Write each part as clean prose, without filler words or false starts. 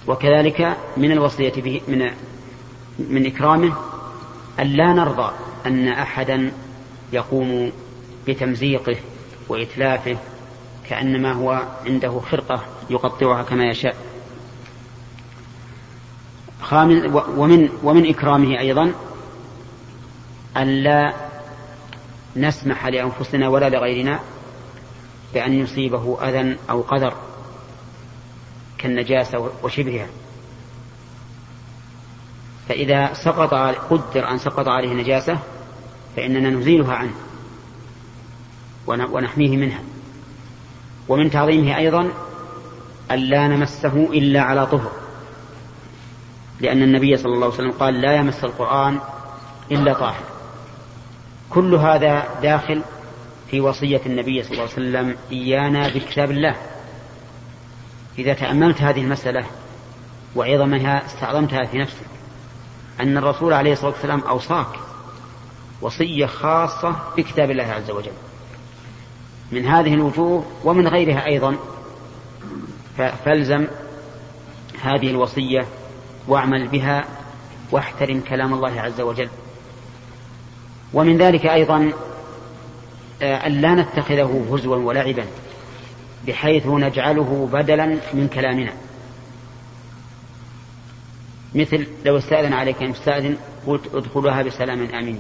وكذلك من الوصية به من إكرامه أن لا نرضى أن أحدا يقوم بتمزيقه وإتلافه كأنما هو عنده خرقة يقطعها كما يشاء. ومن إكرامه أيضا أن لا نسمح لأنفسنا ولا لغيرنا بأن يصيبه أذى أو قدر كالنجاسة وشبهها. فإذا قدر أن سقط عليه نجاسة فإننا نزيلها عنه ونحميه منها. ومن تعظيمه أيضا أن لا نمسه إلا على طهر، لأن النبي صلى الله عليه وسلم قال لا يمس القرآن إلا طاهر. كل هذا داخل في وصية النبي صلى الله عليه وسلم إيانا بكتاب الله. إذا تأملت هذه المسألة وعظمها استعظمتها في نفسك أن الرسول عليه الصلاة والسلام أوصاك وصية خاصة بكتاب الله عز وجل. من هذه الوجوه ومن غيرها أيضا فالزم هذه الوصية واعمل بها واحترم كلام الله عز وجل. ومن ذلك أيضا أن لا نتخذه هزوا ولعبا بحيث نجعله بدلا من كلامنا، مثل لو استأذن عليك مستأذن قلت ادخلها بسلام آمين.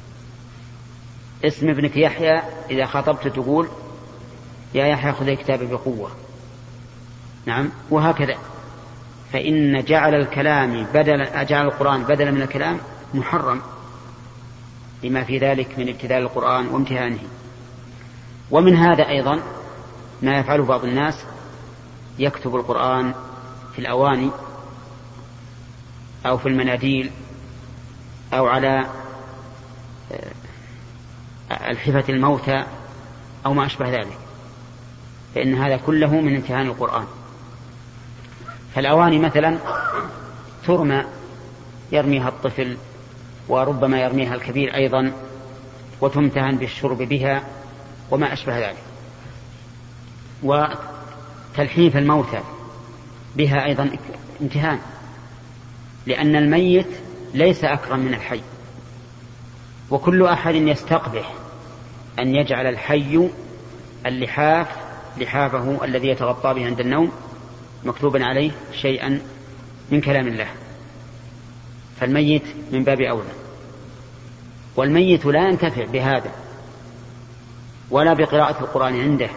اسم ابنك يحيى إذا خاطبت تقول يا يحيى خذ الكتاب بقوة. نعم، وهكذا. فإن جعل القرآن بدلا من الكلام محرم لما في ذلك من ابتذال القرآن وامتهانه. ومن هذا أيضا ما يفعله بعض الناس، يكتب القرآن في الأواني أو في المناديل أو على الحفة الموتى أو ما أشبه ذلك، فإن هذا كله من امتهان القرآن. فالأواني مثلا ترمى يرميها الطفل وربما يرميها الكبير أيضا وتمتهن بالشرب بها وما أشبه ذلك. وتلحيف الموتى بها أيضا امتهان، لأن الميت ليس أكرم من الحي، وكل أحد يستقبح أن يجعل الحي لحافه الذي يتغطى به عند النوم مكتوبا عليه شيئا من كلام الله، فالميت من باب أولى. والميت لا ينتفع بهذا ولا بقراءة القرآن عنده،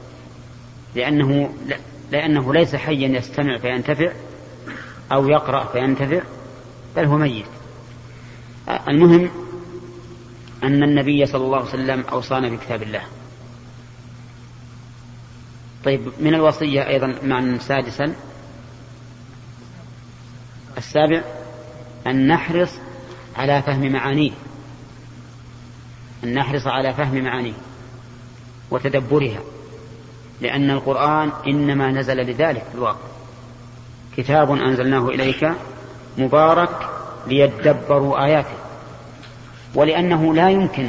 لأنه ليس حيا يستمع فينتفع أو يقرأ فينتفع، بل هو ميت. المهم أن النبي صلى الله عليه وسلم أوصانا بكتاب الله. طيب، من الوصية أيضا معنى سادسا السابع أن نحرص على فهم معانيه وتدبرها، لأن القرآن إنما نزل لذلك في الواقع. كتاب أنزلناه إليك مبارك ليدبروا آياته، ولأنه لا يمكن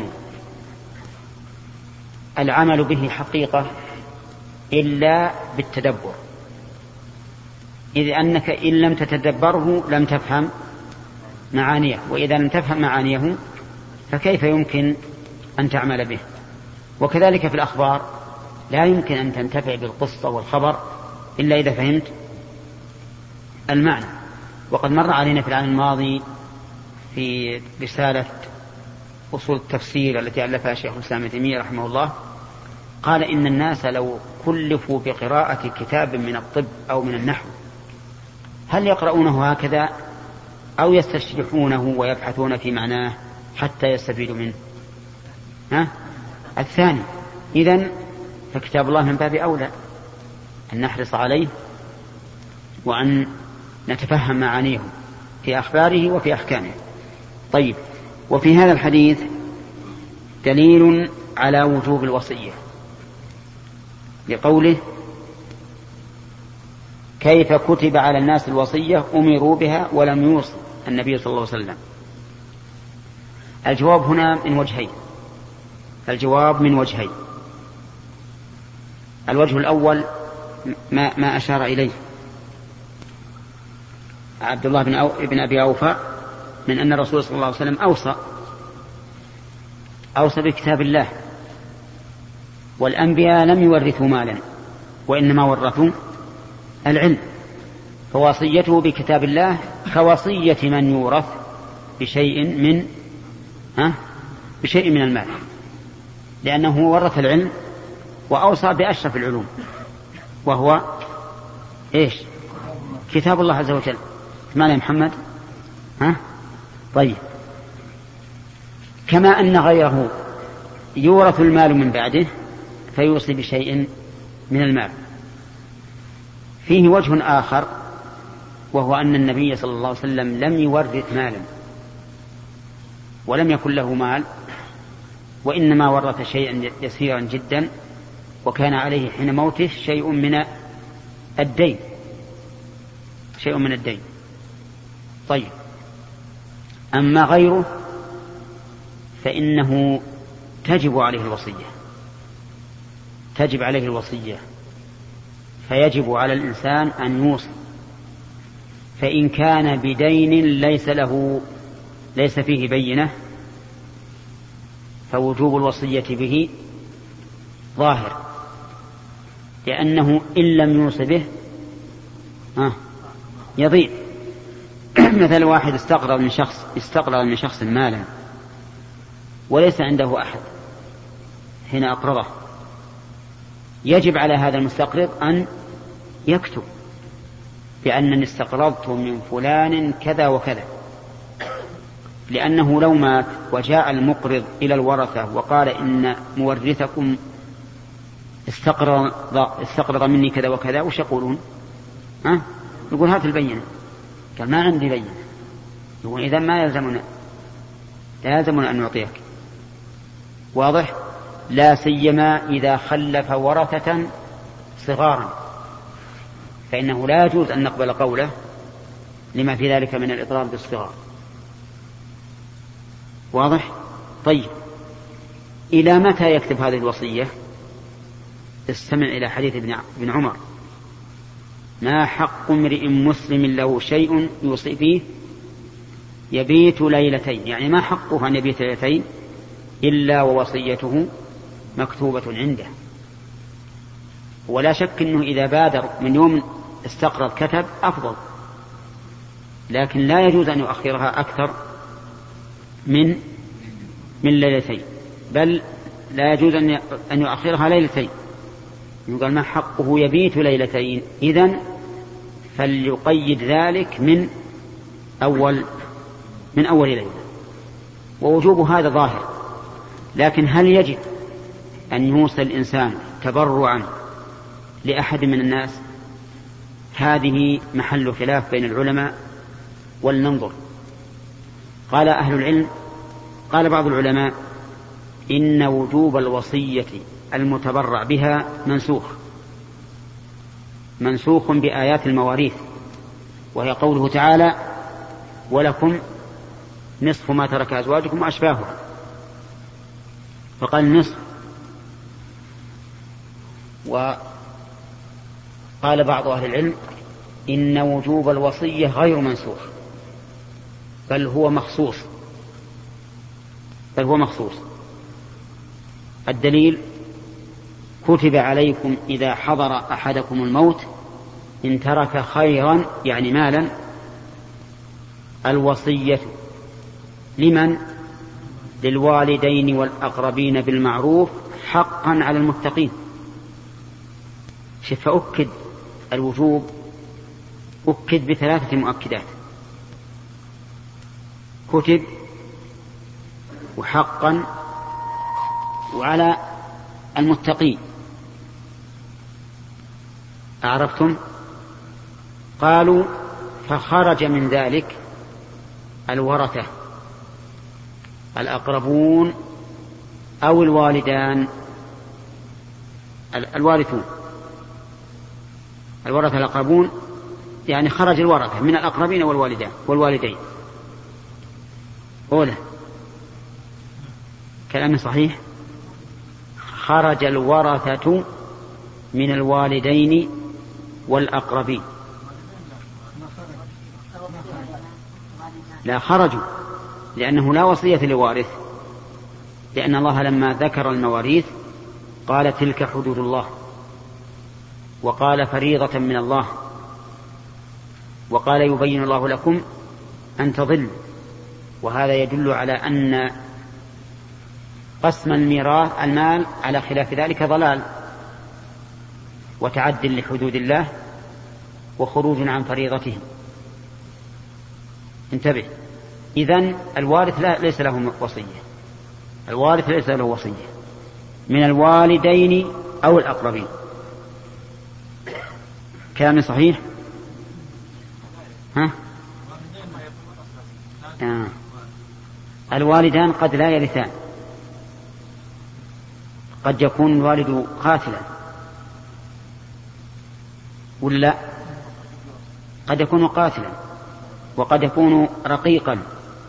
العمل به حقيقة إلا بالتدبر، إذ أنك إن لم تتدبره لم تفهم معانيه، وإذا لم تفهم معانيه فكيف يمكن أن تعمل به؟ وكذلك في الأخبار لا يمكن أن تنتفع بالقصة والخبر إلا إذا فهمت المعنى. وقد مر علينا في العام الماضي في رسالة أصول التفسير التي ألفها شيخ الإسلام ابن تيمية رحمه الله، قال إن الناس لو كلفوا بقراءة كتاب من الطب أو من النحو هل يقرؤونه هكذا أو يستشرحونه ويبحثون في معناه حتى يستفيدوا منه؟ الثاني. إذن فكتاب الله من باب أولى أن نحرص عليه وأن نتفهم معانيه في أخباره وفي أحكامه. طيب، وفي هذا الحديث دليل على وجوب الوصية لقوله كيف كتب على الناس الوصية أمروا بها ولم يوصي النبي صلى الله عليه وسلم. الجواب هنا من وجهين. الوجه الأول ما أشار إليه، عبد الله بن أبي أوفى من أن الرسول صلى الله عليه وسلم أوصى بكتاب الله، والأنبياء لم يورثوا مالا وإنما ورثوا العلم، فوصيته بكتاب الله كوصية من يورث بشيء من المال، لأنه ورث العلم وأوصى بأشرف العلوم وهو كتاب الله عز وجل. ماذا يا محمد؟ طيب، كما أن غيره يورث المال من بعده فيوصي بشيء من المال. فيه وجه آخر، وهو أن النبي صلى الله عليه وسلم لم يورث مالا ولم يكن له مال، وإنما ورث شيئا يسيرا جدا، وكان عليه حين موته شيء من الدين. طيب، أما غيره فإنه تجب عليه الوصية، فيجب على الإنسان أن يوصي. فإن كان بدين ليس فيه بينة فوجوب الوصية به ظاهر، لأنه إن لم يوص به يضيع. مثل واحد استقرض من شخص مالا وليس عنده أحد حين أقرضه، يجب على هذا المستقرض أن يكتب بأنني استقرضت من فلان كذا وكذا، لأنه لو مات وجاء المقرض إلى الورثة وقال إن مورثكم استقرض مني كذا وكذا، وش يقولون؟ يقول هات البينة. قال ما عندي بينة. يقول إذا ما يلزمنا أن نعطيك. واضح؟ لا سيما إذا خلف ورثة صغارا، فإنه لا يجوز أن نقبل قوله لما في ذلك من الإضرار بالصغار. واضح؟ طيب، إلى متى يكتب هذه الوصية؟ استمع إلى حديث ابن عمر: ما حق امرئ مسلم له شيء يوصي فيه يبيت ليلتين، يعني ما حقه أن يبيت ليلتين إلا ووصيته مكتوبة عنده. ولا شك أنه إذا بادر من يوم استقرض كتب أفضل، لكن لا يجوز أن يؤخرها أكثر من ليلتين، بل لا يجوز أن يؤخرها ليلتين. يقول ما حقه يبيت ليلتين، إذن فليقيد ذلك من أول ليلة، ووجوب هذا ظاهر. لكن هل يجب أن يوصل الإنسان تبرعا لأحد من الناس؟ هذه محل خلاف بين العلماء، ولننظر. قال أهل العلم، قال بعض العلماء إن وجوب الوصية المتبرع بها منسوخ بآيات المواريث، وهي قوله تعالى: ولكم نصف ما ترك أزواجكم وأشباهها، فقال نصف. وقال بعض أهل العلم إن وجوب الوصية غير منسوخ، بل هو مخصوص. الدليل: كتب عليكم إذا حضر أحدكم الموت إن ترك خيرا، يعني مالا، الوصية لمن؟ للوالدين والأقربين بالمعروف حقا على المتقين. فأكد الوجوب، أكد بثلاثة مؤكدات: كتب، وحقا، وعلى المتقين. أعرفتم؟ قالوا: فخرج من ذلك الورثة الأقربون أو الوالدان، الوارثون. الورثة الأقربون يعني خرج الورثة من الأقربين والوالدين. أولا كلام صحيح، خرج الورثة من الوالدين والأقربين. لا خرجوا، لأنه لا وصية لوارث، لأن الله لما ذكر المواريث قال تلك حدود الله، وقال فريضة من الله، وقال يبين الله لكم أن تضلوا. وهذا يدل على أن قسم المال على خلاف ذلك ضلال وتعد لحدود الله وخروج عن فريضتهم. انتبه، إذن الوارث ليس له وصية، الوارث ليس له وصية من الوالدين أو الأقربين. كلام صحيح؟ ها؟ الوالدان قد لا يرثان، قد يكون الوالد قاتلا ولا قد يكون قاتلا، وقد يكون رقيقا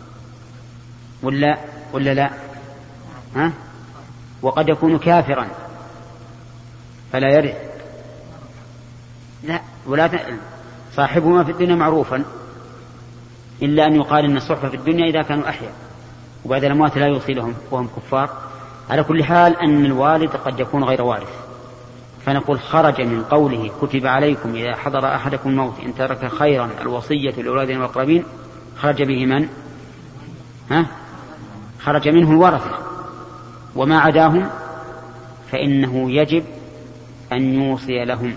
ولا لا، ها؟ وقد يكون كافرا فلا يرث. لا، ولا صاحبهما في الدنيا معروفا، إلا أن يقال إن الصحبة في الدنيا إذا كانوا أحياء، وبعد الأموات لا يوصي لهم وهم كفار. على كل حال أن الوالد قد يكون غير وارث، فنقول خرج من قوله كتب عليكم إذا حضر أحدكم الموت إن ترك خيرا الوصية لأولادنا والأقربين، خرج به من؟ خرج منه الورثة، وما عداهم فإنه يجب أن يوصي لهم.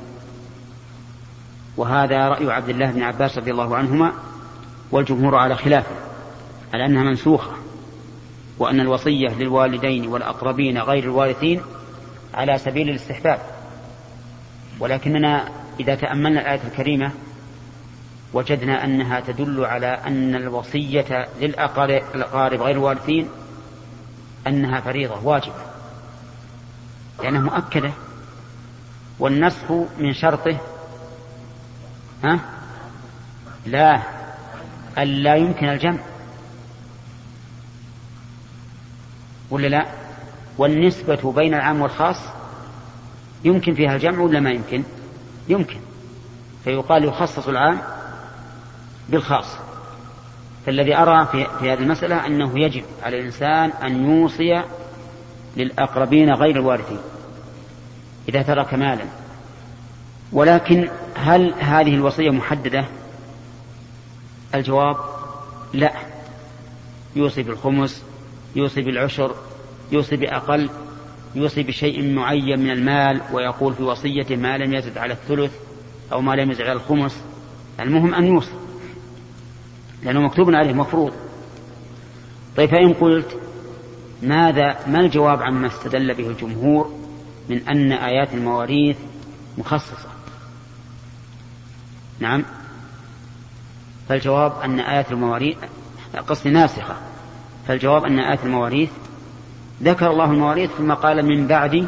وهذا رأي عبد الله بن عباس رضي الله عنهما، والجمهور على خلافه، على أنها منسوخة، وأن الوصية للوالدين والأقربين غير الوارثين على سبيل الاستحباب. ولكننا إذا تأملنا الآية الكريمة وجدنا أنها تدل على أن الوصية للأقارب غير الوارثين أنها فريضة واجبة، لأنها مؤكدة، والنسخ من شرطه ألا يمكن الجمع ولا لا؟ والنسبة بين العام والخاص يمكن فيها الجمع ولا ما يمكن؟ يمكن، فيقال يخصص العام بالخاص. فالذي أرى في هذه المسألة أنه يجب على الإنسان أن يوصي للأقربين غير الوارثين إذا ترك مالا. ولكن هل هذه الوصية محددة؟ الجواب لا، يوصي بالخمس، يوصي بالعشر، يوصي بأقل، يوصي بشيء معين من المال، ويقول في وصيته ما لم يزد على الثلث أو ما لم يزد على الخمس. المهم أن يوصي، لأنه مكتوب عليه مفروض. طيب، فإن قلت ما الجواب عما استدل به الجمهور من أن آيات المواريث مخصصة؟ نعم، فالجواب أن آيات المواريث ناسخة. فالجواب أن آيات المواريث ذكر الله المواريث ثم قال من بعد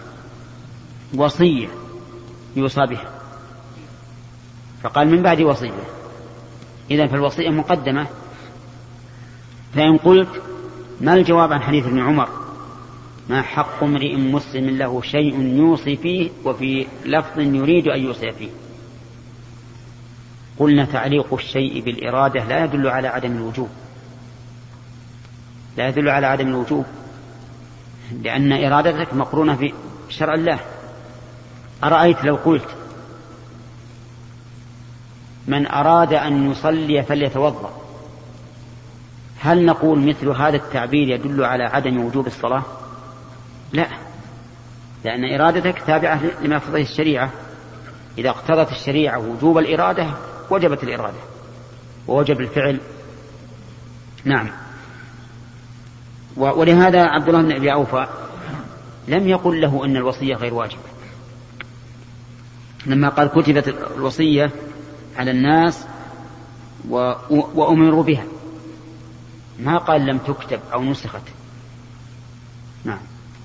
وصية يوصى بها، فقال من بعد وصية، إذن فالوصية مقدمة. فإن قلت ما الجواب عن حديث ابن عمر ما حق امرئ مسلم له شيء يوصي فيه وفي لفظ يريد أن يوصي فيه؟ قلنا تعليق الشيء بالإرادة لا يدل على عدم الوجوب، لا يدل على عدم الوجوب، لأن إرادتك مقرونة في شرع الله. أرأيت لو قلت من أراد أن يصلي فليتوضأ، هل نقول مثل هذا التعبير يدل على عدم وجوب الصلاة؟ لا، لأن إرادتك تابعة لما اقتضته الشريعة. إذا اقتضت الشريعة وجوب الإرادة وجبت الإرادة ووجب الفعل. نعم. ولهذا عبد الله بن أبي أوفى لم يقل له أن الوصية غير واجبة، لما قال كتبت الوصية على الناس وأمروا بها، ما قال لم تكتب أو نسخت. نعم.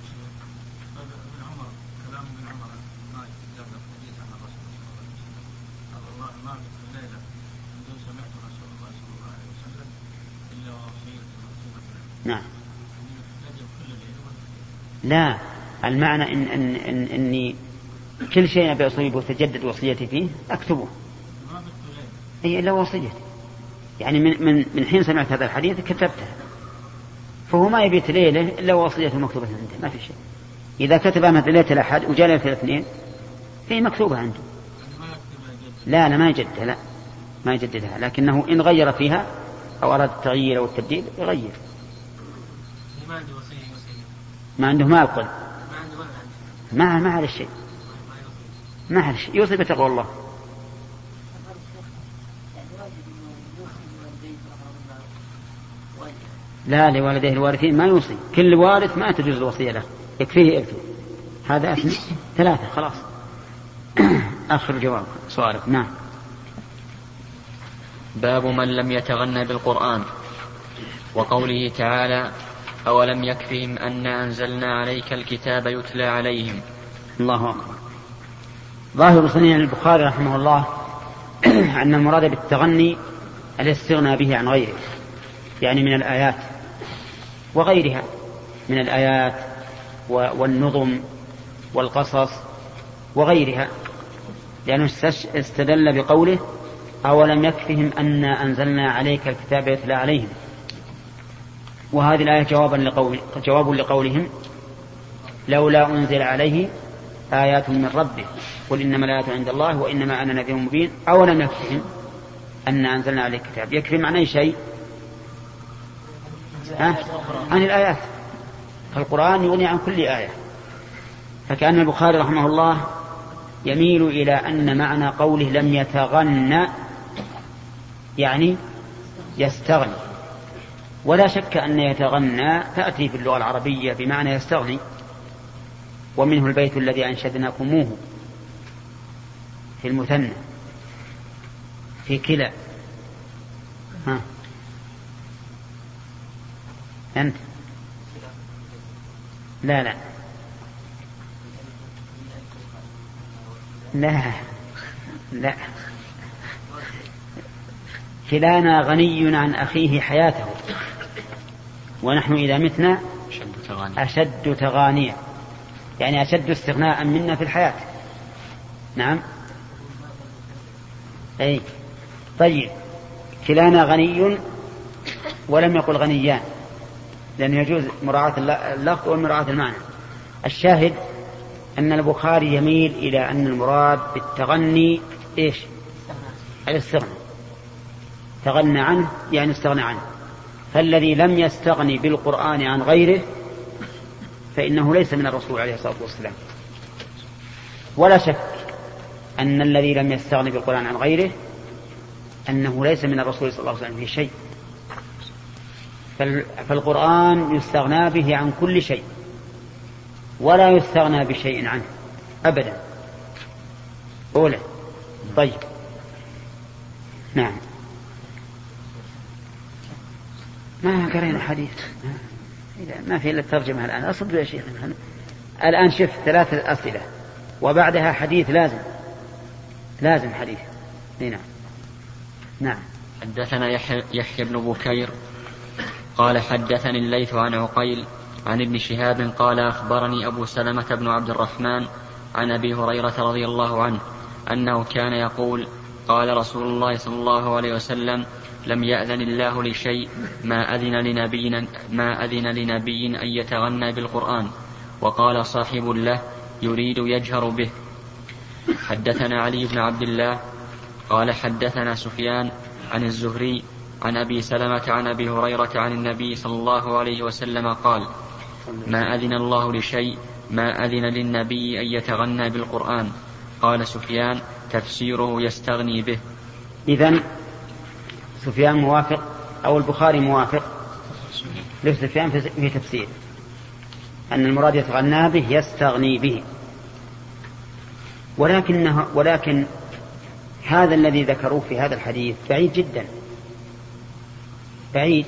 نعم. لا، المعنى إني كل شيء أبي أصيبه وتجدد وصيتي فيه أكتبه، أي إلا وصيتي. يعني من حين سمعت هذا الحديث كتبته، فهو ما يبيت ليلة إلا وصيته مكتوبة عنده، ما في شيء. إذا كتبها مثل ليلة الأحد وجاء ليلة الاثنين في مكتوبة عنده، لا ما يجدها، لا ما يجددها، لكنه إن غير فيها أو أراد التغيير أو التبديل يغير. ما عنده مال قل ما على الشيء، ما على الشيء، يوصي بتقوى الله. لا، لوالديه الوارثين ما يوصي، كل وارث ما تجوز الوصية له، يكفيه إرثه. هذا أثنى 3 خلاص. آخر جواب سؤالك. نعم. باب من لم يتغنى بالقرآن، وقوله تعالى: أولم يكفهم أنا أنزلنا عليك الكتاب يتلى عليهم. الله أكبر. ظاهر صنيع البخاري رحمه الله أن المراد بالتغني الاستغنى به عن غيره، يعني من الآيات وغيرها من الآيات والنظم والقصص وغيرها، لأنه استدل بقوله: أولم يكفهم أنا أنزلنا عليك الكتاب يتلى عليهم. وهذه الآية جواب لقولهم: لولا أنزل عليه آيات من ربه قل إنما الآيات عند الله وإنما أنا نذير مبين. أولم يكفهم أنا أنزلنا عليك الكتاب، يكفي عن أي شيء؟ عن الآيات، فالقرآن يغني عن كل آية. فكأن البخاري رحمه الله يميل إلى أن معنى قوله لم يتغنى يعني يستغني، ولا شك أن يتغنى تأتي في اللغة العربية بمعنى يستغني، ومنه البيت الذي أنشدناكموه في المثنى في كلا. أنت لا كلانا غني عن أخيه حياته ونحن إذا متنا أشد تغانيا، يعني أشد استغناء منا في الحياة. نعم. أي طيب، كلانا غني ولم يقل غنيان، لأنه يجوز مراعاة اللفظ ومراعاة المعنى. الشاهد أن البخاري يميل إلى أن المراد بالتغني إيش؟ الاستغنى. تغنى عنه يعني استغنى عنه، فالذي لم يستغني بالقرآن عن غيره فإنه ليس من الرسول عليه الصلاة والسلام. ولا شك أن الذي لم يستغني بالقرآن عن غيره أنه ليس من الرسول صلى الله عليه وسلم في شيء. فالقرآن يستغنى به عن كل شيء ولا يستغنى بشيء عنه أبدا. أولى. طيب. نعم. ما قرأنا حديث، ما في إلا الترجمة الآن. أصدق يا شيخ الآن شف 3 أسئلة وبعدها حديث لازم حديث. نعم. حدثنا يحيى بن بكير قال حدثني الليث عن عقيل عن ابن شهاب قال أخبرني أبو سلمة بن عبد الرحمن عن أبي هريرة رضي الله عنه أنه كان يقول: قال رسول الله صلى الله عليه وسلم: لم يأذن الله لشيء ما أذن لنبي أن يتغنى بالقرآن. وقال صاحب له: يريد يجهر به. حدثنا علي بن عبد الله قال حدثنا سفيان عن الزهري عن أبي سلمة عن أبي هريرة عن النبي صلى الله عليه وسلم قال: ما أذن الله لشيء ما أذن للنبي أن يتغنى بالقرآن. قال سفيان: تفسيره يستغني به. إذن سفيان موافق أو البخاري موافق لسفيان في تفسير أن المراد يتغنى به يستغني به، ولكن هذا الذي ذكروه في هذا الحديث بعيد جدا، بعيد،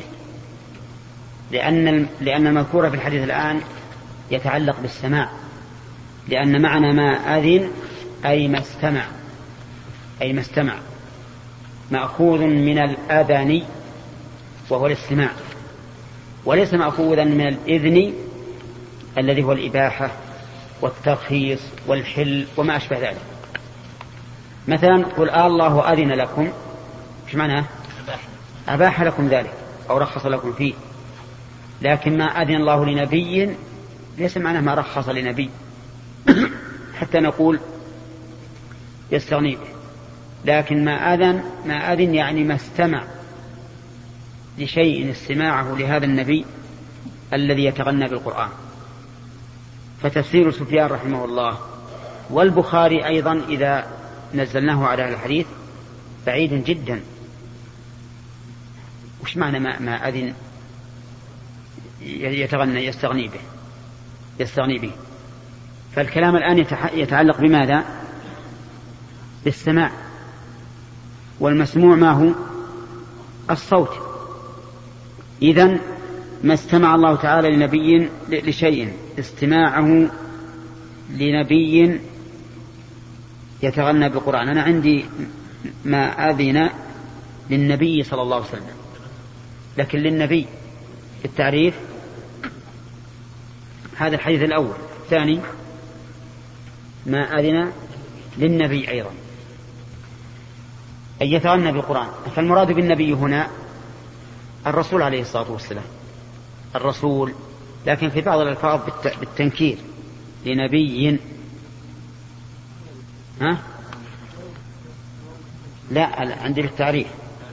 لأن المذكور في الحديث الآن يتعلق بالسماع، لأن معنى ما أذن أي ما استمع مأخوذ من الأذن وهو الاستماع، وليس مأخوذا من الإذن الذي هو الإباحة والترخيص والحل وما أشبه ذلك. مثلا قل الله أذن لكم، ايش معناه؟ أباح لكم ذلك أو رخص لكم فيه، لكن ما أذن الله لنبي ليس معناه ما رخص لنبي حتى نقول يستغني به، لكن ما أذن يعني ما استمع لشيء استماعه لهذا النبي الذي يتغنى بالقرآن. فتفسير سفيان رحمه الله والبخاري أيضا إذا نزلناه على الحديث بعيد جدا. وش معنى ما أذن يتغنى يستغني به؟ فالكلام الآن يتعلق بماذا؟ بالسماع، والمسموع ما هو؟ الصوت. إذن ما استمع الله تعالى لنبي لشيء استماعه لنبي يتغنى بالقرآن. أنا عندي ما أذن للنبي صلى الله عليه وسلم، لكن للنبي التعريف هذا الحديث الأول. الثاني ما أذن للنبي أيضا أن يتغنى بالقرآن. فالمراد بالنبي هنا الرسول عليه الصلاة والسلام، الرسول، لكن في بعض الألفاظ بالتنكير لنبي. لا عندي بالتعريف،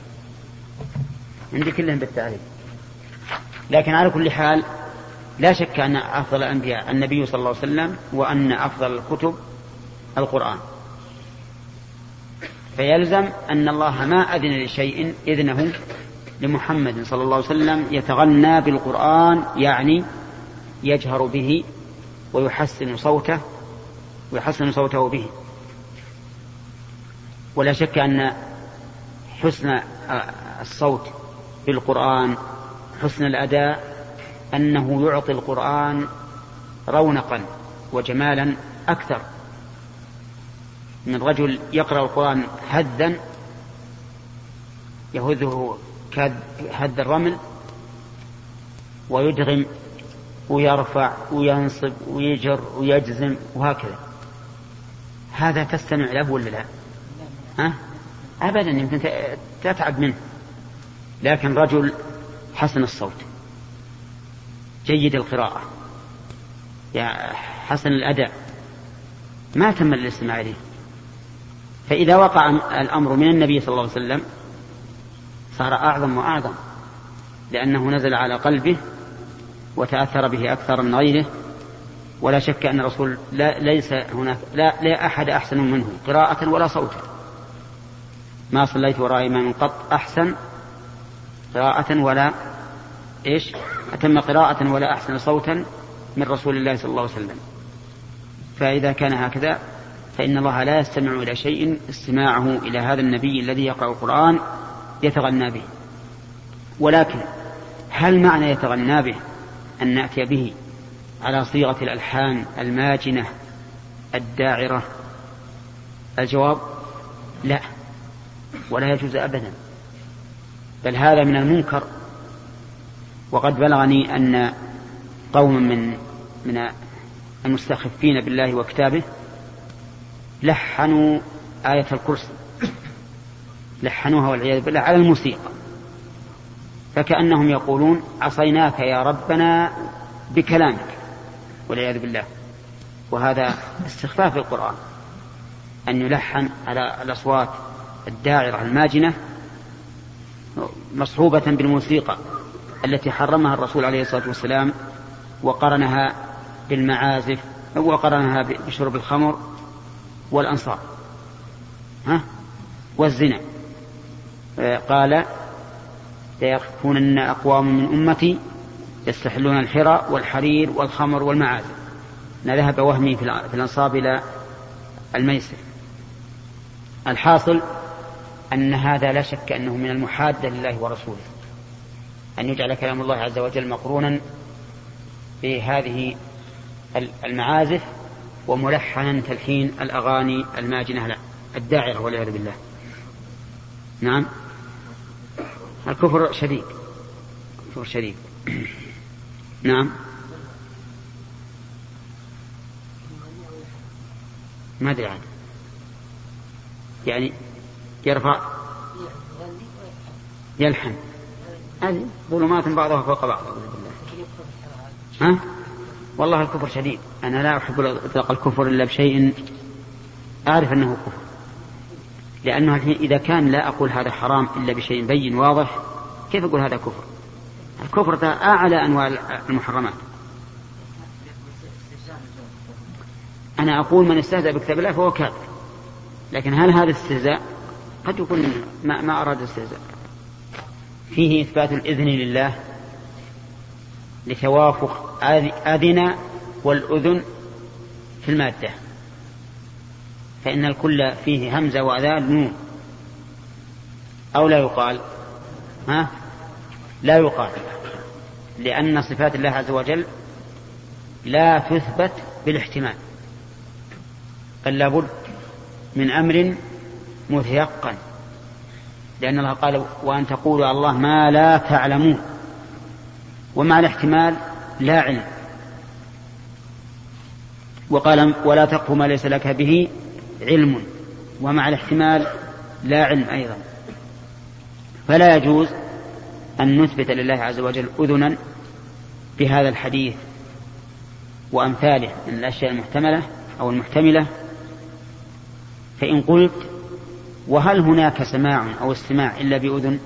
عندي كلهم بالتعريف. لكن على كل حال لا شك أن أفضل الأنبياء النبي صلى الله عليه وسلم، وأن أفضل الكتب القرآن. فيلزم أن الله ما أذن لشيء إذنه لمحمد صلى الله عليه وسلم يتغنى بالقرآن، يعني يجهر به ويحسن صوته به. ولا شك أن حسن الصوت بالقرآن، حسن الأداء، أنه يعطي القرآن رونقا وجمالا أكثر من رجل يقرأ القرآن هدا يهذه كهد الرمل ويدغم ويرفع وينصب ويجر ويجزم وهكذا. هذا تستمع له ولا لا؟ أبدا، يمكن تتعب منه. لكن رجل حسن الصوت، جيد القراءة، حسن الأداء، ما تم الاستماع إليه. فإذا وقع الأمر من النبي صلى الله عليه وسلم صار أعظم وأعظم، لأنه نزل على قلبه وتأثر به أكثر من غيره. ولا شك أن الرسول ليس هناك لا أحد أحسن منه قراءة ولا صوتا. ما صليت وراء إمام قط أحسن قراءة ولا أتم قراءة ولا أحسن صوتا من رسول الله صلى الله عليه وسلم. فإذا كان هكذا فإن الله لا يستمع إلى شيء استماعه إلى هذا النبي الذي يقرأ القرآن يتغنى به. ولكن هل معنى يتغنى به أن نأتي به على صيغة الألحان الماجنة الداعرة؟ الجواب لا، ولا يجوز أبدا، بل هذا من المنكر. وقد بلغني أن قوم من المستخفين بالله وكتابه لحنوا آية الكرسي، لحنوها والعياذ بالله على الموسيقى، فكأنهم يقولون عصيناك يا ربنا بكلامك والعياذ بالله. وهذا استخفاف القرآن، أن يلحن على الأصوات الداعرة الماجنة مصحوبة بالموسيقى التي حرمها الرسول عليه الصلاة والسلام، وقرنها بالمعازف، وقرنها بشرب الخمر والأنصاب والزنا. قال ليكونن أقوام من أمتي يستحلون الحرى والحرير والخمر والمعازف. ذهب وهمي في الأنصاب إلى الميسر. الحاصل أن هذا لا شك أنه من المحادة لله ورسوله، أن يجعل كلام الله عز وجل مقرونا بهذه المعازف وملحنا تلحين الأغاني الماجنة الداعرة والعياذ بالله. نعم، الكفر شديد، كفر شديد. نعم، ما أدري عنه، يعني يرفع يلحن، هذه ظلمات بعضها فوق بعض. ها؟ والله الكفر شديد، أنا لا أحب إطلاق الكفر إلا بشيء أعرف أنه كفر، لأنه إذا كان لا أقول هذا حرام إلا بشيء بين واضح، كيف أقول هذا كفر؟ الكفر أعلى أنواع المحرمات. أنا أقول من استهزأ بكتاب الله فهو كافر، لكن هل هذا استهزاء؟ قد يكون ما أراد استهزاء. فيه إثبات الإذن لله لتوافق أذن والأذن في المادة، فإن الكل فيه همزة وأذان نون، أو لا يقال؟ ها؟ لا يقال، لأن صفات الله عز وجل لا تثبت بالاحتمال، بل لابد من أمر متيقن، لأن الله قال وأن تقولوا على الله ما لا تعلمون، ومع الاحتمال لا علم. وقال ولا تقف ما ليس لك به علم، ومع الاحتمال لا علم أيضا. فلا يجوز أن نثبت لله عز وجل أذنا بهذا الحديث وأمثاله من الأشياء المحتملة أو المحتملة. فإن قلت وهل هناك سماع أو استماع إلا بأذن؟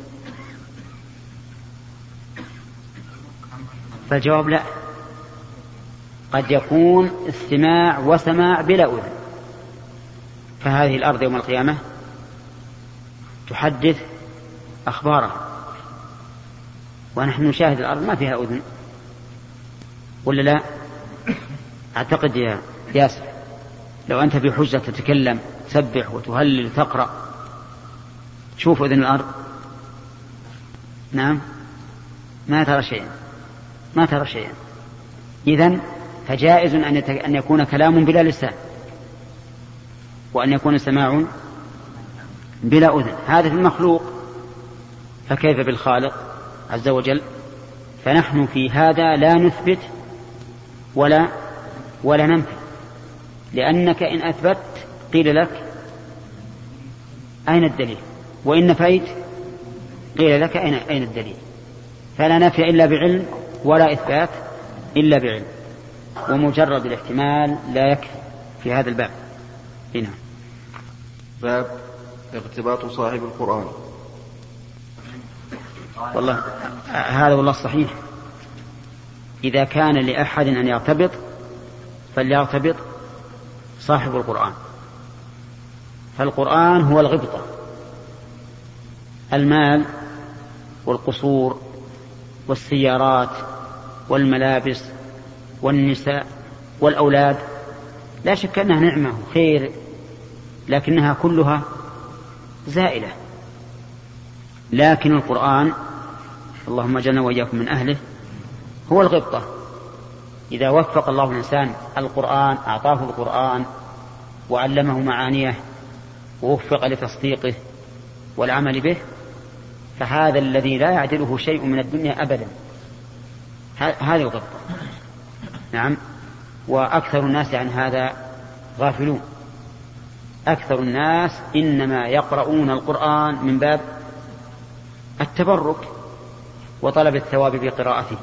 فالجواب لا، قد يكون استماع وسماع بلا أذن. فهذه الأرض يوم القيامة تحدث أخبارها، ونحن نشاهد الأرض ما فيها أذن، ولا لا؟ أعتقد يا ياسر لو أنت بحجة تتكلم تسبح وتهلل تقرأ تشوف أذن الأرض؟ نعم، ما ترى شيئا، ما ترى شيئا. إذن فجائز أن يكون كلام بلا لسان، وأن يكون سماع بلا أذن. هذا في المخلوق، فكيف بالخالق عز وجل؟ فنحن في هذا لا نثبت ولا ننفي، لأنك إن أثبت قيل لك أين الدليل، وإن نفيت قيل لك أين الدليل. فلا نفي إلا بعلم ولا إثبات إلا بعلم، ومجرد الاحتمال لا يكفي في هذا الباب. هنا باب اغتباط صاحب القرآن. والله هذا والله الصحيح، إذا كان لأحد أن يغتبط فليغتبط صاحب القرآن، فالقرآن هو الغبطة. المال والقصور والسيارات والملابس والنساء والأولاد لا شك أنها نعمة وخير، لكنها كلها زائلة. لكن القرآن اللهم اجعلنا وإياكم من أهله هو الغبطة. إذا وفق الله الإنسان القرآن، أعطاه القرآن وعلمه معانيه ووفق لتصديقه والعمل به، فهذا الذي لا يعدله شيء من الدنيا أبدا. هذه الغبطة. نعم. وأكثر الناس عن هذا غافلون. أكثر الناس إنما يقرؤون القرآن من باب التبرك وطلب الثواب بقراءته،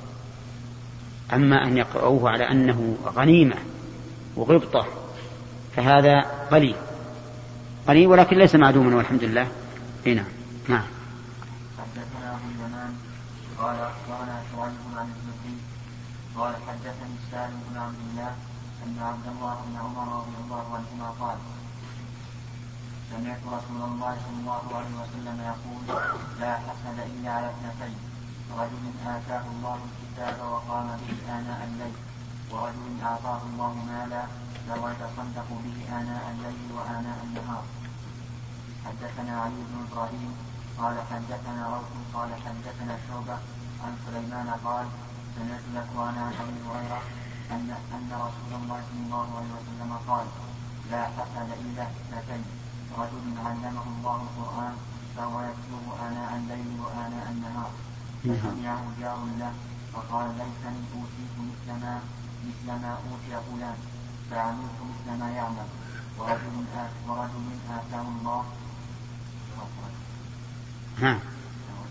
أما أن يقرؤوه على أنه غنيمة وغبطة فهذا قليل، ولكن ليس معدوما والحمد لله. هنا نعم. حدثنا أبو اليمان قال أخبرنا شعيب عن الزهري قال حدثني سالم بن عبد الله أن عبد الله بن عمر رضي الله عنهما قال سمعت رسول الله صلى الله عليه وسلم يقول لا حسد إلا على اثنتين: رجل آتاه الله الكتاب وقام به آناء الليل، ورجل أعطاه الله مالا لو يتصدق به آناء الليل وآناء النهار. حدثنا علي بن إبراهيم قال حدثنا روح قال حدثنا شعبة عن سليمان قال سمعت ذكوان عن أبي هريرة أن رسول الله صلى الله عليه وسلم قال لا حسد إلا اثنتين: رجل علمه الله القرآن فهو يتلوه آناء الليل وآناء النهار، فسمعه جار له فقال ليتني أوتيت مثل ما أوتي فلان فعملت مثل ما يعمل. ورجل آتاه الله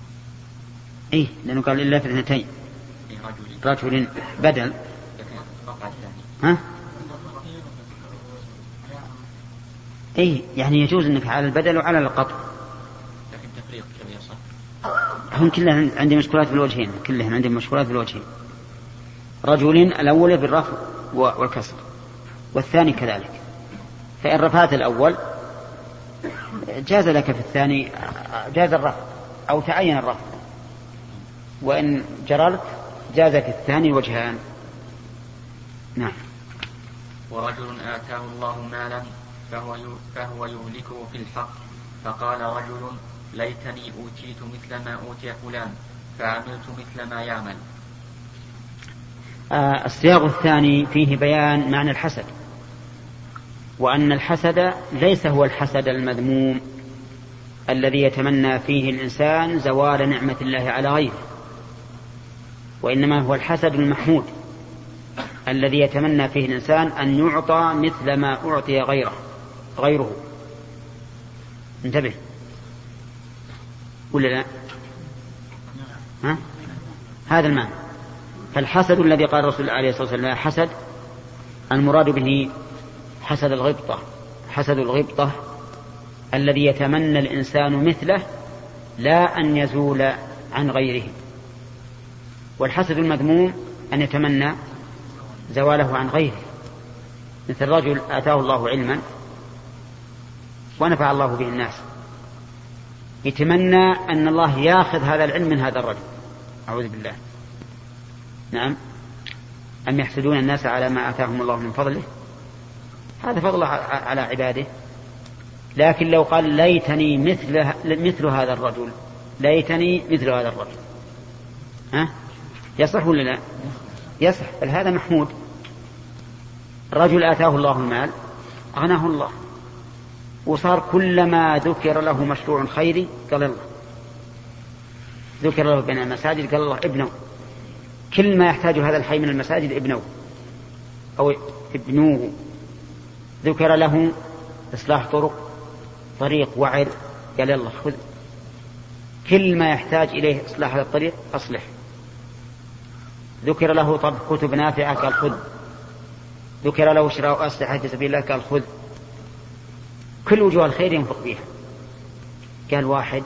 إيه لأنه قال إلا في اثنتين رجل بدل ها؟ إيه يعني يجوز أنك على البدل وعلى القطع. لكن تفريق كم يصح؟ هم كلهم عندي مشكلات بالوجهين، كلهم عندي مشكلات بالوجهين. رجل الأول بالرفع والكسر والثاني كذلك، فإن رفعت الأول جاز لك في الثاني جاز الرفع أو تعين الرفع، وإن جررت جاز في الثاني وجهان. نعم. ورجل آتاه الله مالا فهو يهلكه في الحق، فقال رجل ليتني أوتيت مثل ما أوتي فلان فعملت مثل ما يعمل. السياق الثاني فيه بيان معنى الحسد، وأن الحسد ليس هو الحسد المذموم الذي يتمنى فيه الإنسان زوال نعمة الله على غيره، وإنما هو الحسد المحمود الذي يتمنى فيه الإنسان أن يعطى مثل ما أعطي غيره. انتبه ولا لا؟ ها؟ هذا المعنى. فالحسد الذي قال الرسول عليه الصلاة والسلام حسد المراد به حسد الغبطة، حسد الغبطة الذي يتمنى الإنسان مثله لا أن يزول عن غيره. والحسد المذموم أن يتمنى زواله عن غيره، مثل رجل آتاه الله علما ونفع الله به الناس، يتمنى أن الله يأخذ هذا العلم من هذا الرجل، أعوذ بالله. نعم. أم يحسدون الناس على ما آتاهم الله من فضله، هذا فضل على عباده. لكن لو قال ليتني مثل هذا الرجل، ليتني مثل هذا الرجل، ها؟ يصح ولا لا؟ يصح. بل هذا محمود. الرجل آتاه الله المال أغناه الله، وصار كلما ذكر له مشروع خيري قال الله، ذكر له بين المساجد قال الله ابنه، كل ما يحتاج هذا الحي من المساجد ابنه أو ابنوه. ذكر له إصلاح طريق وعر قال الله خذ، كل ما يحتاج إليه إصلاح هذا الطريق أصلح. ذكر له طبع كتب نافعة قال خذ، ذكر له شراء أسلحة في سبيل الله قال خذ. كل وجوه الخير ينفق بها. قال واحد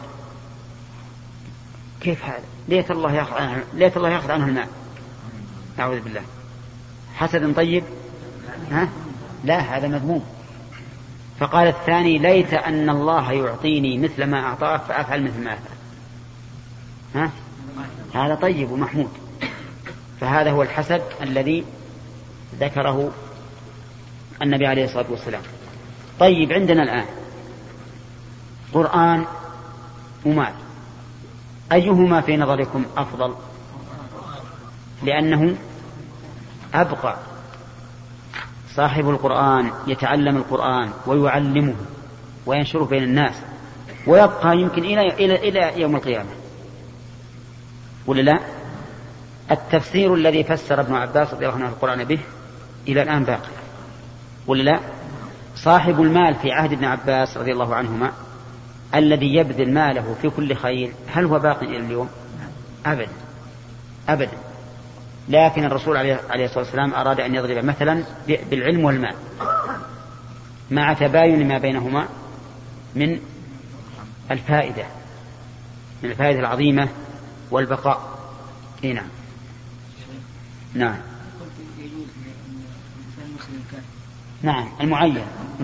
كيف هذا؟ ليت الله يأخذ عنه الماء، أعوذ بالله. حسد طيب؟ ها؟ لا، هذا مذموم. فقال الثاني ليت أن الله يعطيني مثل ما أعطاه فأفعل مثل ما أفعل. ها؟ هذا طيب ومحمود. فهذا هو الحسد الذي ذكره النبي عليه الصلاة والسلام. طيب، عندنا الآن قرآن ومال، أيهما في نظركم أفضل؟ لأنه أبقى. صاحب القرآن يتعلم القرآن ويعلمه وينشره بين الناس ويبقى يمكن إلى يوم القيامة، ولا لا؟ التفسير الذي فسر ابن عباس رضي الله عنه القرآن به إلى الآن باقي، ولا لا؟ صاحب المال في عهد ابن عباس رضي الله عنهما الذي يبذل ماله في كل خير، هل هو باقي إلى اليوم؟ أبدا أبدا. لكن الرسول عليه الصلاة والسلام أراد أن يضرب مثلا بالعلم والمال مع تباين ما بينهما من الفائدة العظيمة والبقاء. نعم نعم نعم. المعين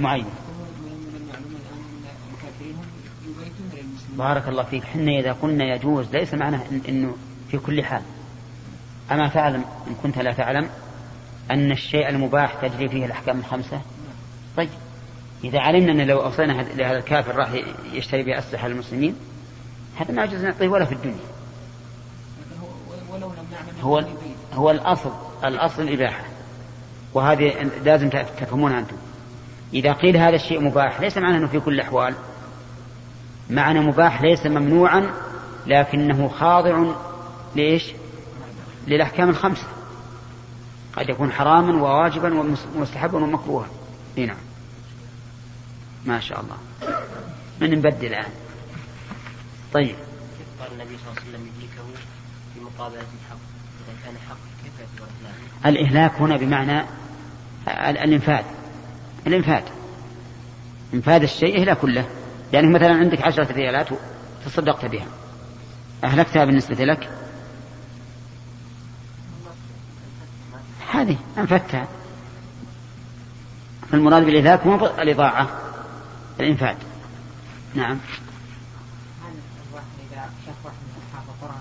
بارك الله فيك. حنا إذا قلنا يجوز ليس معناه إنه في كل حال. أما تعلم إن كنت لا تعلم أن الشيء المباح تجري فيه الأحكام الخمسة؟ طيب، إذا علمنا أن لو أوصينا لهذا الكافر راح يشتري بها أسلحة للمسلمين، هذا ما يجوز نعطيه ولا في الدنيا. هو الأصل الإباحة، وهذه لازم تفهمونها أنتم. إذا قيل هذا الشيء مباح ليس معناه أنه في كل الأحوال، معنى مباح ليس ممنوعا لكنه خاضع لإيش؟ للأحكام الخمسة. قد يكون حراما وواجبا ومستحبا ومكروها. نعم. ما شاء الله. من نبدل الآن. طيب، قال النبي صلى الله عليه وسلم يدركه في مقابلة الحق، إذا كان حق كيف يكون الإهلاك؟ الإهلاك هنا بمعنى الإنفاذ، إنفاذ الشيء إهلاك كله. يعني مثلا عندك 10 ريالات تصدقت بها، أهلكتها بالنسبة لك، هذه أنفذتها. فالمراد بالإهلاك مو الإضاعة، الإنفاذ. نعم. هل الواحد إذا شاف واحد من أصحاب القرآن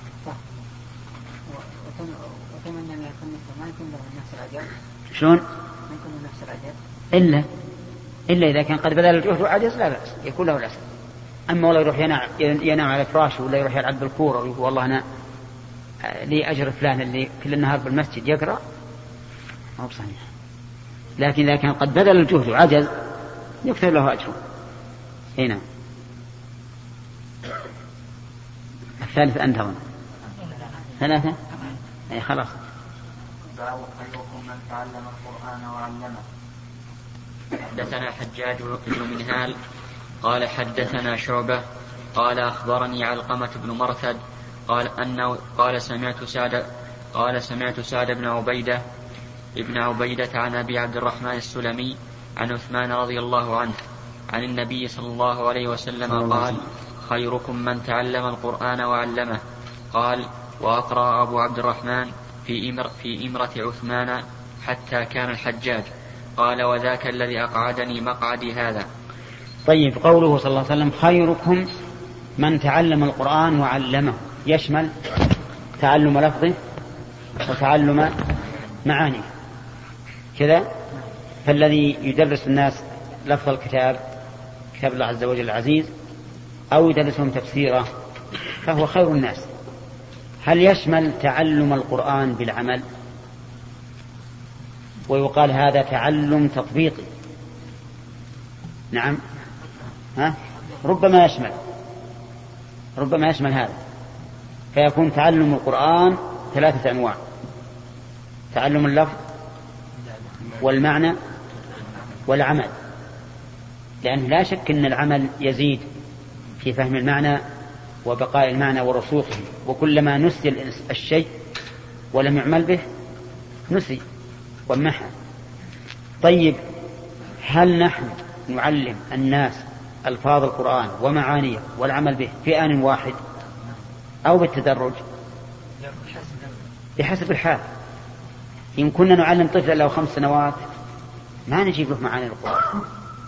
وتمنى أن يكون مثله ما يكون له نفس الأجر؟ شلون؟ ما يكون له نفس الأجر إلا إذا كان قد بذل الجهد وعجز لا بأس، يكون له الأجر. أما والله يروح ينام على فراشه ولا يروح يلعب بالكورة ويقول والله أنا لي أجر فلان اللي كل النهار بالمسجد يقرأ، ما هو صحيح. لكن إذا كان قد بذل الجهد وعجز يكتب له أجره. هنا الثالث أنتظر 3 أي خلاص. باب خيركم من تعلم القرآن وعلمه. حدثنا حجاج بن منهال قال حدثنا شعبة قال أخبرني علقمة بن مرثد قال سمعت سعد بن عبيدة عن أبي عبد الرحمن السلمي عن عثمان رضي الله عنه عن النبي صلى الله عليه وسلم قال خيركم من تعلم القرآن وعلمه. قال وأقرأ أبو عبد الرحمن في إمرة عثمان حتى كان الحجاج. قال وذاك الذي أقعدني مقعدي هذا. طيب، قوله صلى الله عليه وسلم خيركم من تعلم القرآن وعلمه يشمل تعلم لفظه وتعلم معانيه كذا. فالذي يدرس الناس لفظ الكتاب الله عز وجل العزيز أو يدرسهم تفسيره فهو خير الناس. هل يشمل تعلم القرآن بالعمل؟ ويقال هذا تعلم تطبيقي. نعم، ربما يشمل هذا، فيكون تعلم القرآن 3 أنواع: تعلم اللفظ والمعنى والعمل. لأنه لا شك أن العمل يزيد في فهم المعنى وبقاء المعنى ورسوخه، وكلما نسي الشيء ولم يعمل به نسي ومحى. طيب، هل نحن نعلم الناس ألفاظ القرآن ومعانيه والعمل به في آن واحد أو بالتدرج؟ بحسب الحال. إن كنا نعلم طفلا له 5 سنوات ما نجيب له معاني القرآن،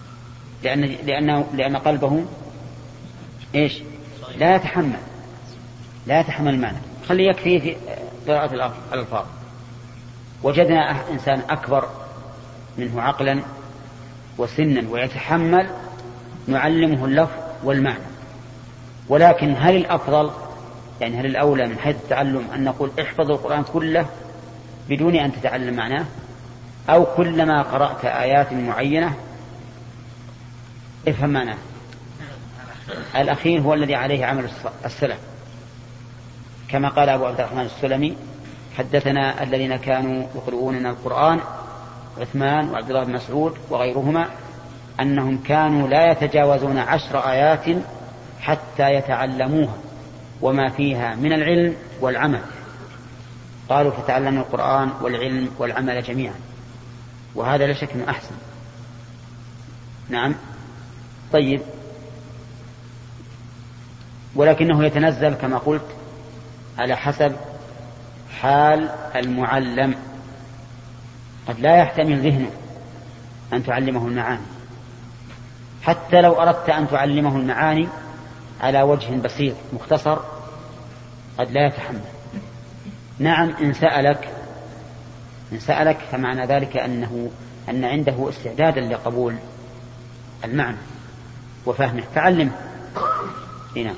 لأن قلبه إيش؟ لا يتحمل المعنى. خلي يكفي في قراءة الألفاظ. وجدنا إنسان أكبر منه عقلا وسنا ويتحمل، نعلمه اللفظ والمعنى. ولكن هل الأفضل، يعني هل الأولى من حيث التعلم أن نقول احفظ القرآن كله بدون أن تتعلم معناه، أو كلما قرأت آيات معينة افهم معناه؟ الأخير هو الذي عليه عمل السلف، كما قال أبو عبد الرحمن السلمي حدثنا الذين كانوا يقرؤوننا القرآن عثمان وعبد الله بن مسعود وغيرهما أنهم كانوا لا يتجاوزون 10 آيات حتى يتعلموها وما فيها من العلم والعمل. قالوا فتعلموا القرآن والعلم والعمل جميعا، وهذا لا شك أنه أحسن. نعم. طيب، ولكنه يتنزل كما قلت على حسب حال المعلم. قد لا يحتمل ذهنه أن تعلمه المعاني، حتى لو أردت أن تعلمه المعاني على وجه بسيط مختصر قد لا يتحمل. نعم، إن سألك فمعنى ذلك أن عنده استعدادا لقبول المعنى وفهمه فعلمه. هنا.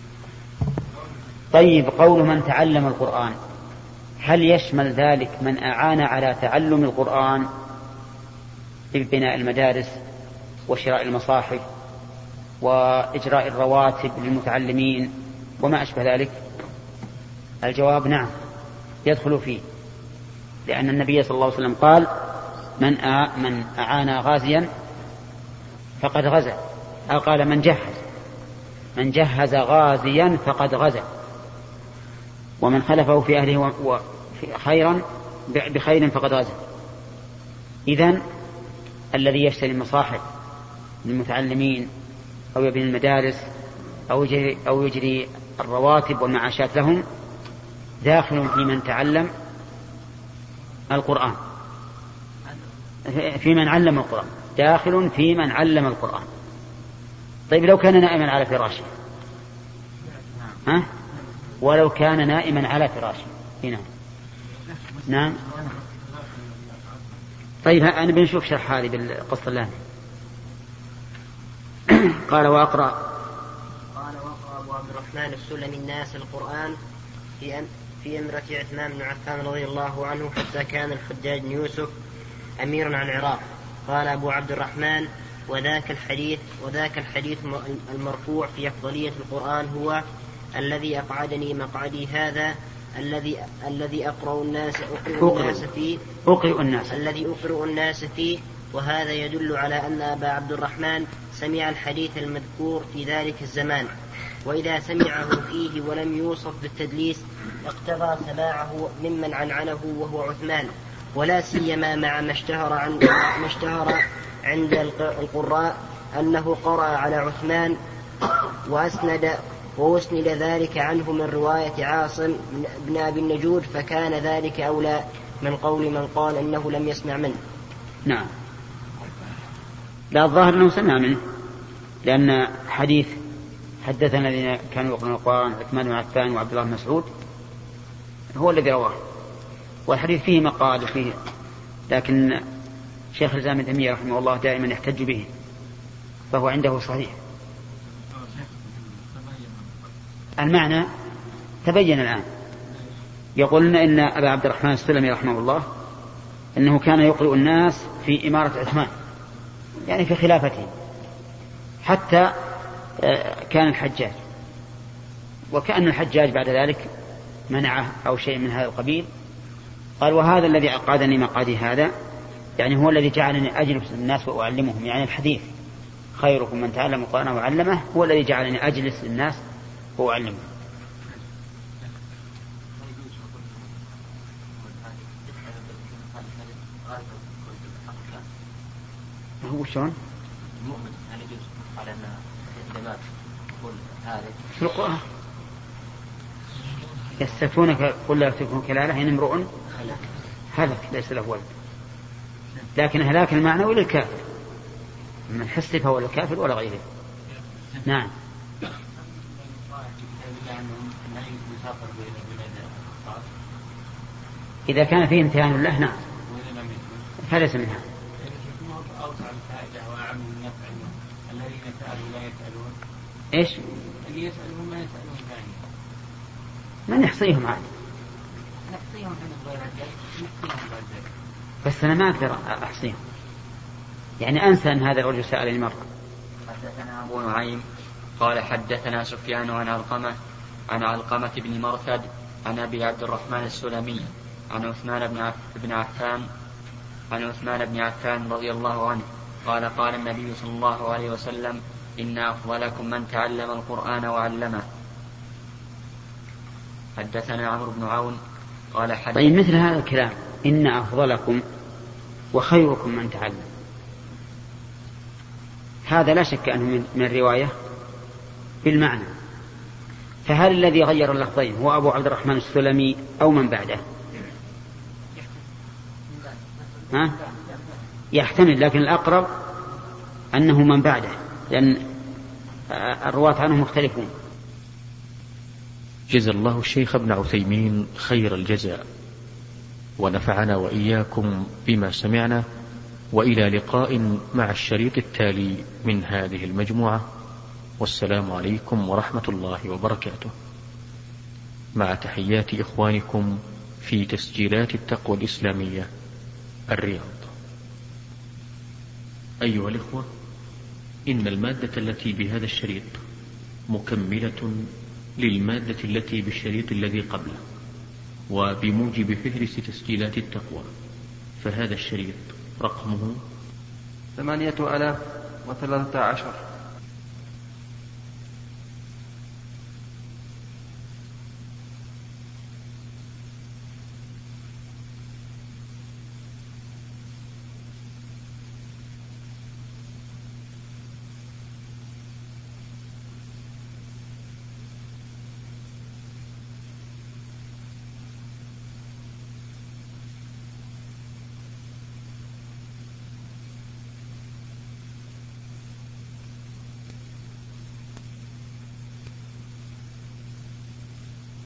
طيب، قول من تعلم القرآن هل يشمل ذلك من أعان على تعلم القرآن ببناء المدارس وشراء المصاحف وإجراء الرواتب للمتعلمين وما أشبه ذلك؟ الجواب نعم، يدخل فيه، لأن النبي صلى الله عليه وسلم قال من أعان غازيا فقد غزا، أو قال من جهز غازيا فقد غزا. ومن خلفه في أهله خيرا بخير فقد غزا. إذن الذي يشتري المصاحف للمتعلمين أو يبني المدارس أو يجري الرواتب والمعاشات لهم داخل في من تعلم القرآن، في من علم القرآن، داخل في من علم القرآن. طيب لو كان نائما على فراشه، ولو كان نائما على فراشه هنا. نعم. طيب أنا بنشوف شرح هذه بالقصة اللامي. قال وأقرأ أبو عبد الرحمن السلمي الناس القرآن في أمرة عثمان بن عفان رضي الله عنه حتى كان الحجاج بن يوسف أميرا على العراق. قال أبو عبد الرحمن وذاك الحديث المرفوع في أفضلية القرآن هو الذي أقعدني مقعدي هذا الذي أقرأ الناس فيه وهذا يدل على أن أبا عبد الرحمن سمع الحديث المذكور في ذلك الزمان، وإذا سمعه فيه ولم يوصف بالتدليس اقتضى سماعه ممن عنعنه وهو عثمان، ولا سيما مع ما اشتهر عند القراء أنه قرأ على عثمان وأسند ذلك عنه من رواية عاصم بن أبي النجود، فكان ذلك أولى من قول من قال إنه لم يسمع منه. نعم. لا، الظاهر أنه سمع منه، لأن حديث حدثنا الذين كانوا يقرؤون القرآن عثمان بن عفان وعبد الله بن مسعود هو الذي رواه، والحديث فيه مقال فيه، لكن شيخ الإسلام ابن تيمية رحمه الله دائما يحتج به، فهو عنده صحيح. المعنى تبين الآن. يقولون إن أبا عبد الرحمن السلمي رحمه الله أنه كان يقرئ الناس في إمارة عثمان، يعني في خلافته، حتى كان الحجاج، وكأن الحجاج بعد ذلك منعه أو شيء من هذا القبيل. قال وهذا الذي أقعدني مقعدي هذا، يعني هو الذي جعلني أجلس الناس وأعلمهم، يعني الحديث خيركم من تعلم القرآن وعلمه هو الذي جعلني أجلس الناس وأعلمهم. هو شلون؟ المؤمن هل يجوز على أن الإمامات يقول هذا في القرآن يستفتونك قل لا تكون كلالة إن امرؤ هلك ليس له ولد، لكن هلاك المعنوي للكافر من حس فهو الكافر ولا غيره. نعم. إذا كان فيه امتحان له نعم فليس منها. الذين سألوا لا يسألون. إيش؟ اللي يسألون ما يسألون ثاني. من يحصيهم عاد؟ نحصيهم من غير الجد، نحصيهم بالجد. بس أنا ما أقدر أحصيهم، يعني أنسى أن هذا الرجل سألني مرة. حدثنا أبو نعيم قال حدثنا سفيان عن علقمة بن مرثد عن أبي عبد الرحمن السلمي عن عثمان بن عفان رضي الله عنه قال قال النبي صلى الله عليه وسلم إن أفضلكم من تعلم القرآن وعلمه. حدثنا عمرو بن عون قال طيب مثل هذا الكلام إن أفضلكم وخيركم من تعلم، هذا لا شك أنه من الرواية بالمعنى، فهل الذي غير اللفظين هو أبو عبد الرحمن السلمي أو من بعده؟ يحتمل، لكن الأقرب أنه من بعده، لأن الرواة عنه مختلفون. جزا الله الشيخ ابن عثيمين خير الجزاء، ونفعنا وإياكم بما سمعنا، وإلى لقاء مع الشريط التالي من هذه المجموعة، والسلام عليكم ورحمة الله وبركاته، مع تحيات إخوانكم في تسجيلات التقوى الإسلامية الرياض. أيها الإخوة، إن المادة التي بهذا الشريط مكملة للمادة التي بالشريط الذي قبله، وبموجب فهرس تسجيلات التقوى، فهذا الشريط رقمه 813.